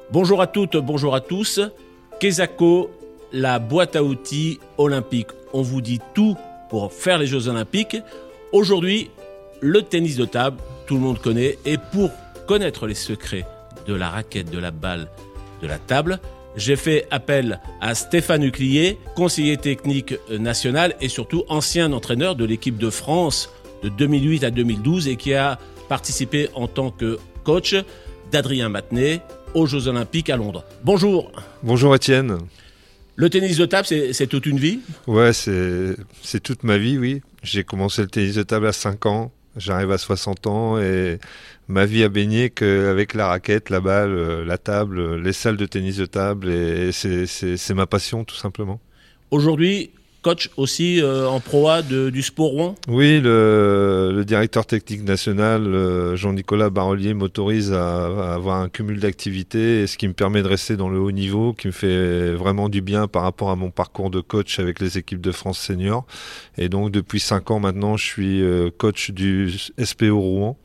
Bonjour à toutes, bonjour à tous. Kesako, la boîte à outils olympique. On vous dit tout pour faire les Jeux Olympiques. Aujourd'hui, le tennis de table, tout le monde connaît. Et pour connaître les secrets de la raquette, de la balle, de la table, j'ai fait appel à Stéphane Huclier, conseiller technique national et surtout ancien entraîneur de l'équipe de France de 2008 à 2012 et qui a participé en tant que coach d'Adrien Matenay aux Jeux Olympiques à Londres. Bonjour. Bonjour Étienne. Le tennis de table, c'est toute une vie ? Ouais, c'est toute ma vie, oui. J'ai commencé le tennis de table à 5 ans, j'arrive à 60 ans et ma vie a baigné qu'avec la raquette, la balle, la table, les salles de tennis de table et c'est ma passion tout simplement. Aujourd'hui, coach aussi en Pro A du Sport Rouen ? Oui, le directeur technique national, Jean-Nicolas Barolier, m'autorise à avoir un cumul d'activités, ce qui me permet de rester dans le haut niveau, qui me fait vraiment du bien par rapport à mon parcours de coach avec les équipes de France senior. Et donc depuis 5 ans maintenant, je suis coach du SPO Rouen,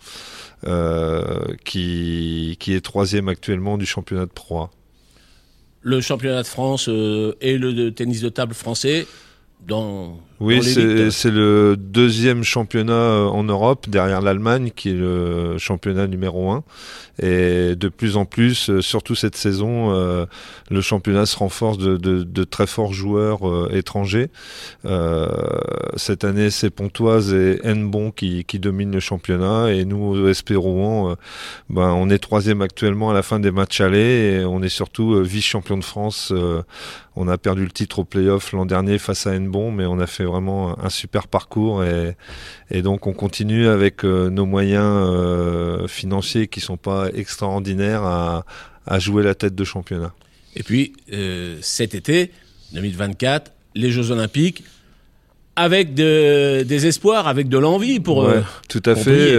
qui est 3e actuellement du championnat de Pro A. Le championnat de France et le tennis de table français Oui, c'est le 2e championnat en Europe, derrière l'Allemagne, qui est le championnat numéro 1. Et de plus en plus, surtout cette saison, le championnat se renforce de très forts joueurs étrangers. Cette année, c'est Pontoise et Hennebon qui dominent le championnat. Et nous, au SP Rouen, on est 3e actuellement à la fin des matchs allés. Et on est surtout vice-champion de France. On a perdu le titre au play-off l'an dernier face à Hennebon, mais on a fait vraiment un super parcours et donc on continue avec nos moyens financiers qui sont pas extraordinaires à jouer la tête de championnat. Et puis cet été 2024, les Jeux Olympiques, avec des espoirs, avec de l'envie pour tout à fait.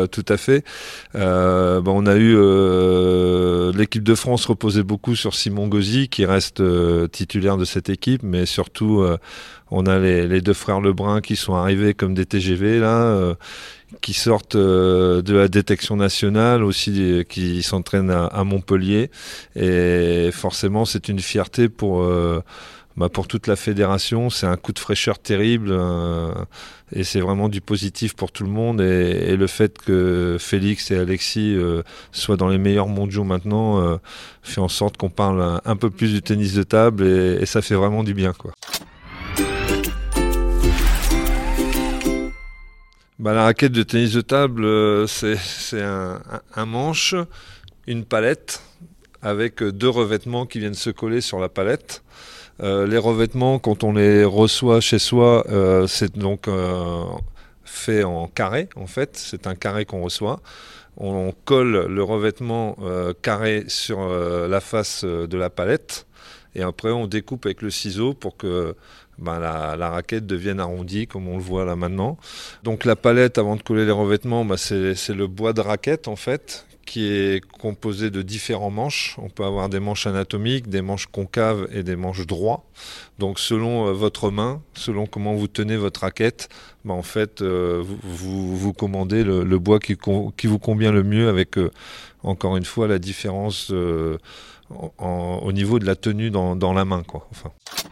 On a eu l'équipe de France reposait beaucoup sur Simon Gauzy qui reste titulaire de cette équipe, mais surtout on a les 2 frères Lebrun qui sont arrivés comme des TGV là, qui sortent de la détection nationale aussi, qui s'entraînent à Montpellier, et forcément c'est une fierté pour toute la fédération. C'est un coup de fraîcheur terrible et c'est vraiment du positif pour tout le monde, et le fait que Félix et Alexis soient dans les meilleurs mondiaux maintenant fait en sorte qu'on parle un peu plus du tennis de table et ça fait vraiment du bien, quoi. La raquette de tennis de table, c'est un manche, une palette avec 2 revêtements qui viennent se coller sur la palette. Les revêtements, quand on les reçoit chez soi, c'est donc fait en carré, en fait. C'est un carré qu'on reçoit. On colle le revêtement carré sur la face de la palette. Et après, on découpe avec le ciseau pour que la raquette devienne arrondie, comme on le voit là maintenant. Donc la palette, avant de coller les revêtements, c'est le bois de raquette, en fait, qui est composé de différents manches. On peut avoir des manches anatomiques, des manches concaves et des manches droits. Donc selon votre main, selon comment vous tenez votre raquette, en fait, vous commandez le bois qui vous convient le mieux, avec encore une fois la différence au niveau de la tenue dans la main, quoi. Enfin.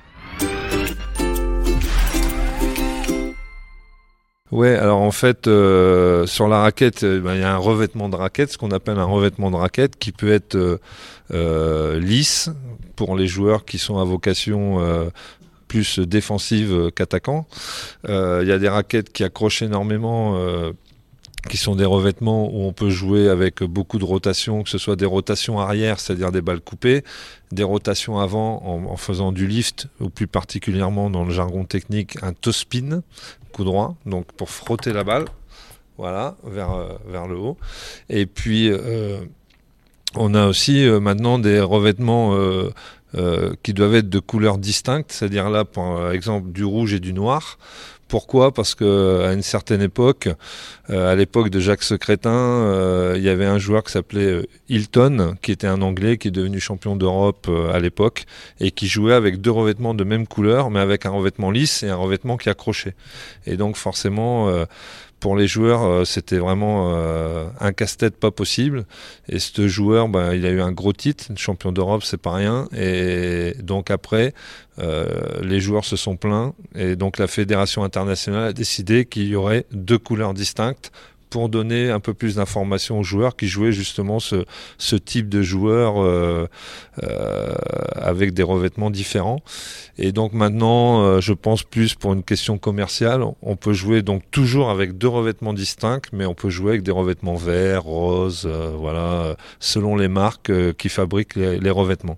Ouais, alors en fait, sur la raquette, il y a un revêtement de raquette, ce qu'on appelle un revêtement de raquette, qui peut être lisse pour les joueurs qui sont à vocation plus défensive qu'attaquant. Il y a des raquettes qui accrochent énormément, qui sont des revêtements où on peut jouer avec beaucoup de rotations, que ce soit des rotations arrière, c'est-à-dire des balles coupées, des rotations avant en faisant du lift, ou plus particulièrement dans le jargon technique, un toe spin, coup droit, donc pour frotter la balle, voilà, vers le haut. Et puis on a aussi maintenant des revêtements qui doivent être de couleurs distinctes, c'est-à-dire là, par exemple, du rouge et du noir. Pourquoi ? Parce que à une certaine époque, à l'époque de Jacques Secrétin, il y avait un joueur qui s'appelait Hilton, qui était un Anglais, qui est devenu champion d'Europe à l'époque, et qui jouait avec 2 revêtements de même couleur, mais avec un revêtement lisse et un revêtement qui accrochait. Et donc forcément, pour les joueurs, c'était vraiment un casse-tête pas possible. Et ce joueur, il a eu un gros titre, champion d'Europe, c'est pas rien. Et donc après, les joueurs se sont plaints. Et donc la Fédération internationale a décidé qu'il y aurait 2 couleurs distinctes pour donner un peu plus d'informations aux joueurs qui jouaient justement ce type de joueurs avec des revêtements différents. Et donc maintenant, je pense plus pour une question commerciale, on peut jouer donc toujours avec 2 revêtements distincts, mais on peut jouer avec des revêtements verts, roses, selon les marques qui fabriquent les revêtements.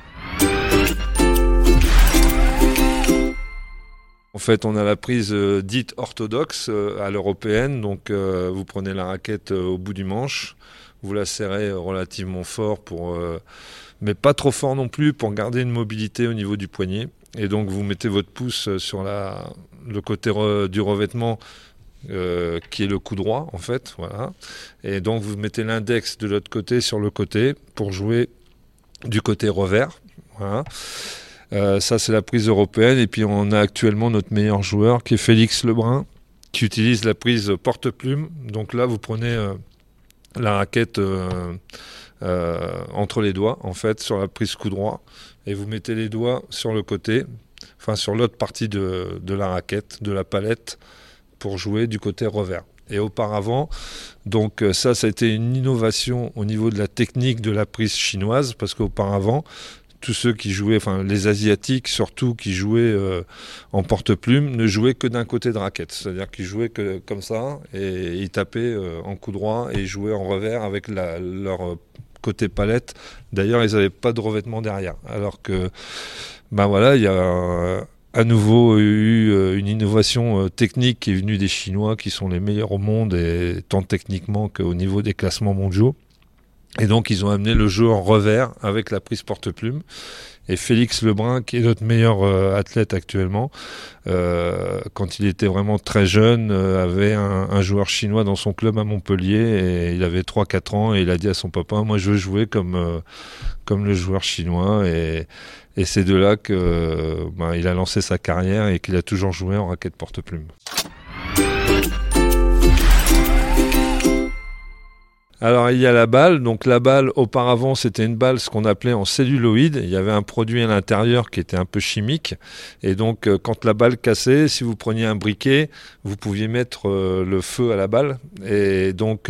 En fait, on a la prise dite orthodoxe à l'européenne. Donc, vous prenez la raquette au bout du manche, vous la serrez relativement fort, mais pas trop fort non plus, pour garder une mobilité au niveau du poignet. Et donc, vous mettez votre pouce sur le côté du revêtement, qui est le coup droit, en fait. Voilà. Et donc, vous mettez l'index de l'autre côté sur le côté pour jouer du côté revers. Voilà. Ça, c'est la prise européenne. Et puis, on a actuellement notre meilleur joueur, qui est Félix Lebrun, qui utilise la prise porte-plume. Donc là, vous prenez la raquette entre les doigts, en fait, sur la prise coup droit. Et vous mettez les doigts sur le côté, enfin sur l'autre partie de la raquette, de la palette, pour jouer du côté revers. Et auparavant, donc ça a été une innovation au niveau de la technique de la prise chinoise, parce qu'auparavant, tous ceux qui jouaient, enfin les Asiatiques surtout, qui jouaient en porte-plume, ne jouaient que d'un côté de raquette. C'est-à-dire qu'ils jouaient que comme ça, et ils tapaient en coup droit, et ils jouaient en revers avec leur côté palette. D'ailleurs, ils n'avaient pas de revêtement derrière. Alors que, il y a à nouveau eu une innovation technique qui est venue des Chinois, qui sont les meilleurs au monde, et tant techniquement qu'au niveau des classements mondiaux. Et donc, ils ont amené le jeu en revers avec la prise porte-plume. Et Félix Lebrun, qui est notre meilleur athlète actuellement, quand il était vraiment très jeune, avait un joueur chinois dans son club à Montpellier, et il avait 3-4 ans, et il a dit à son papa, moi je veux jouer comme le joueur chinois, et c'est de là que il a lancé sa carrière et qu'il a toujours joué en raquette porte-plume. Alors il y a la balle, donc la balle auparavant c'était une balle ce qu'on appelait en celluloïde, il y avait un produit à l'intérieur qui était un peu chimique, et donc quand la balle cassait, si vous preniez un briquet, vous pouviez mettre le feu à la balle, et donc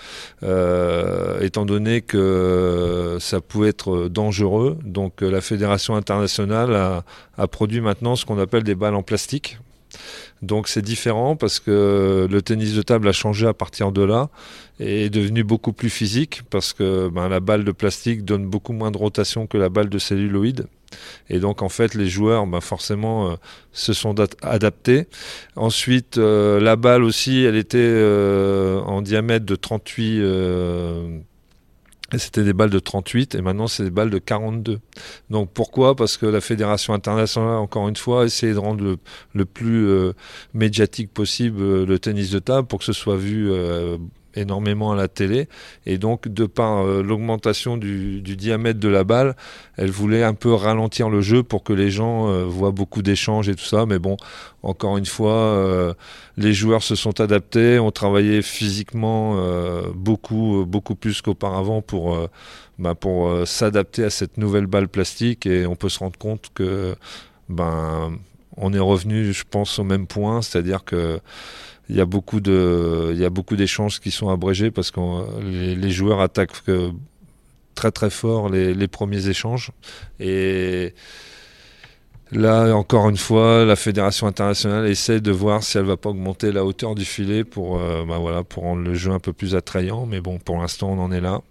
étant donné que ça pouvait être dangereux, donc la Fédération internationale a produit maintenant ce qu'on appelle des balles en plastique. Donc c'est différent parce que le tennis de table a changé à partir de là et est devenu beaucoup plus physique parce que la balle de plastique donne beaucoup moins de rotation que la balle de celluloïde. Et donc en fait les joueurs forcément se sont adaptés. Ensuite la balle aussi elle était en diamètre de 38 et c'était des balles de 38 et maintenant c'est des balles de 42. Donc pourquoi ? Parce que la Fédération internationale, encore une fois, a essayé de rendre le plus médiatique possible le tennis de table pour que ce soit vu énormément à la télé, et donc de par l'augmentation du diamètre de la balle, elle voulait un peu ralentir le jeu pour que les gens voient beaucoup d'échanges et tout ça, mais bon, encore une fois, les joueurs se sont adaptés, ont travaillé physiquement beaucoup plus qu'auparavant pour s'adapter à cette nouvelle balle plastique, et on peut se rendre compte que on est revenu, je pense, au même point, c'est-à-dire que il y a beaucoup d'échanges qui sont abrégés parce que les joueurs attaquent très très fort les premiers échanges. Et là, encore une fois, la Fédération internationale essaie de voir si elle va pas augmenter la hauteur du filet pour rendre le jeu un peu plus attrayant. Mais bon, pour l'instant, on en est là.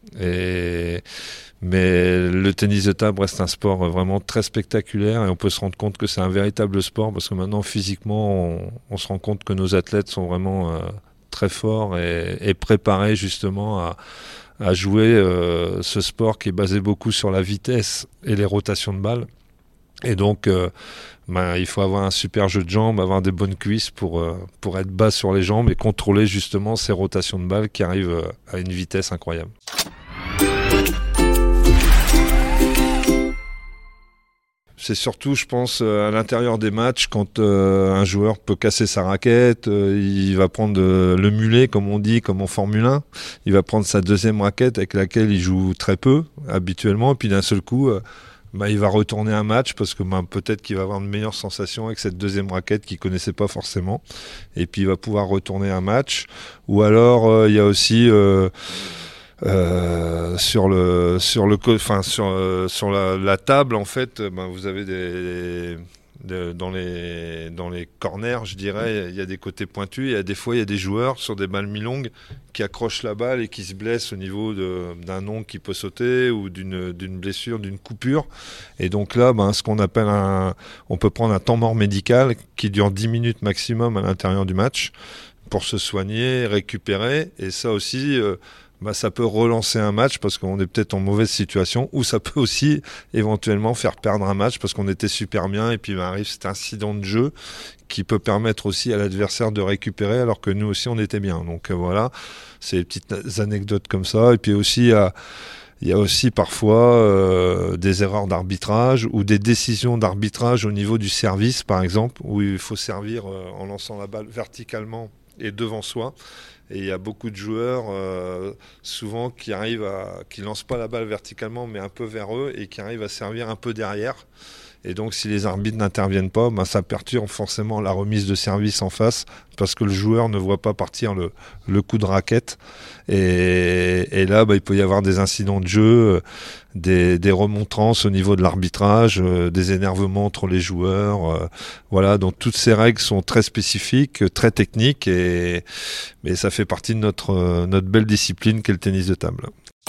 Mais le tennis de table reste un sport vraiment très spectaculaire, et on peut se rendre compte que c'est un véritable sport parce que maintenant physiquement on se rend compte que nos athlètes sont vraiment très forts et préparés justement à jouer ce sport qui est basé beaucoup sur la vitesse et les rotations de balles. Et donc il faut avoir un super jeu de jambes, avoir des bonnes cuisses pour être bas sur les jambes et contrôler justement ces rotations de balles qui arrivent à une vitesse incroyable. C'est surtout, je pense, à l'intérieur des matchs, quand un joueur peut casser sa raquette, il va prendre le mulet, comme on dit, comme en Formule 1. Il va prendre sa deuxième raquette avec laquelle il joue très peu, habituellement, et puis d'un seul coup, il va retourner un match parce que peut-être qu'il va avoir une meilleure sensation avec cette deuxième raquette qu'il connaissait pas forcément. Et puis il va pouvoir retourner un match. Ou alors, il y a aussi... sur la table, en fait, vous avez dans les corners, je dirais, il y a des côtés pointus, et des fois il y a des joueurs sur des balles mi-longues qui accrochent la balle et qui se blessent au niveau d'un ongle qui peut sauter ou d'une blessure, d'une coupure. Et donc là, ce qu'on appelle on peut prendre un temps mort médical qui dure 10 minutes maximum à l'intérieur du match pour se soigner, récupérer, et ça aussi... ça peut relancer un match parce qu'on est peut-être en mauvaise situation, ou ça peut aussi éventuellement faire perdre un match parce qu'on était super bien et puis arrive cet incident de jeu qui peut permettre aussi à l'adversaire de récupérer alors que nous aussi on était bien. Donc voilà, c'est des petites anecdotes comme ça. Et puis aussi il y a aussi parfois des erreurs d'arbitrage ou des décisions d'arbitrage au niveau du service, par exemple, où il faut servir en lançant la balle verticalement et devant soi. Et il y a beaucoup de joueurs, souvent, qui lancent pas la balle verticalement, mais un peu vers eux, et qui arrivent à servir un peu derrière. Et donc, si les arbitres n'interviennent pas, ça perturbe forcément la remise de service en face, parce que le joueur ne voit pas partir le coup de raquette. Et là, il peut y avoir des incidents de jeu, des remontrances au niveau de l'arbitrage, des énervements entre les joueurs. Voilà, donc toutes ces règles sont très spécifiques, très techniques, mais ça fait partie de notre belle discipline qu'est le tennis de table.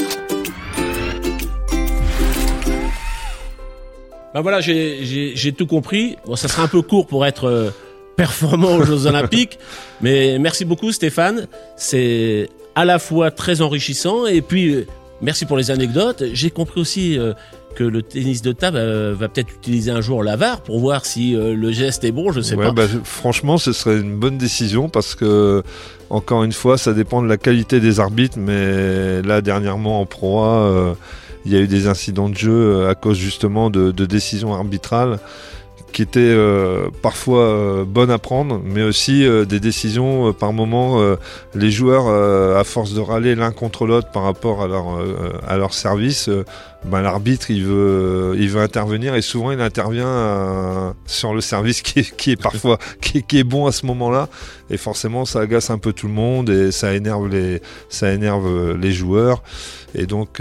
Voilà, j'ai tout compris. Bon, ça sera un peu court pour être performant aux Jeux Olympiques, mais merci beaucoup Stéphane. C'est à la fois très enrichissant et puis merci pour les anecdotes. J'ai compris aussi que le tennis de table va peut-être utiliser un jour la VAR pour voir si le geste est bon, je sais pas. Franchement, ce serait une bonne décision parce que, encore une fois, ça dépend de la qualité des arbitres, mais là, dernièrement, en Pro A, il y a eu des incidents de jeu à cause justement de décisions arbitrales qui étaient parfois bonnes à prendre, mais aussi des décisions par moment, les joueurs, à force de râler l'un contre l'autre par rapport à leur service, l'arbitre il veut intervenir, et souvent il intervient sur le service qui est parfois qui est bon à ce moment-là, et forcément ça agace un peu tout le monde et ça énerve les joueurs. Et donc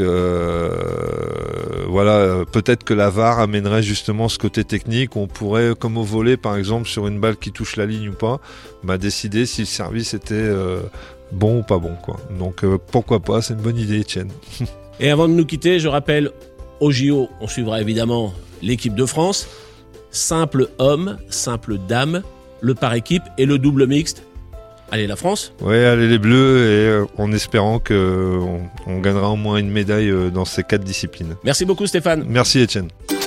voilà, peut-être que la VAR amènerait justement ce côté technique où on pourrait, comme au volley par exemple, sur une balle qui touche la ligne ou pas, décider si le service était bon ou pas bon, quoi. Donc pourquoi pas, c'est une bonne idée, Etienne. Et avant de nous quitter, je rappelle, au JO, on suivra évidemment l'équipe de France, simple homme, simple dame, le par équipe et le double mixte. Allez la France. Oui, allez les Bleus, et en espérant qu'on gagnera au moins une médaille dans ces 4 disciplines. Merci beaucoup Stéphane. Merci Etienne.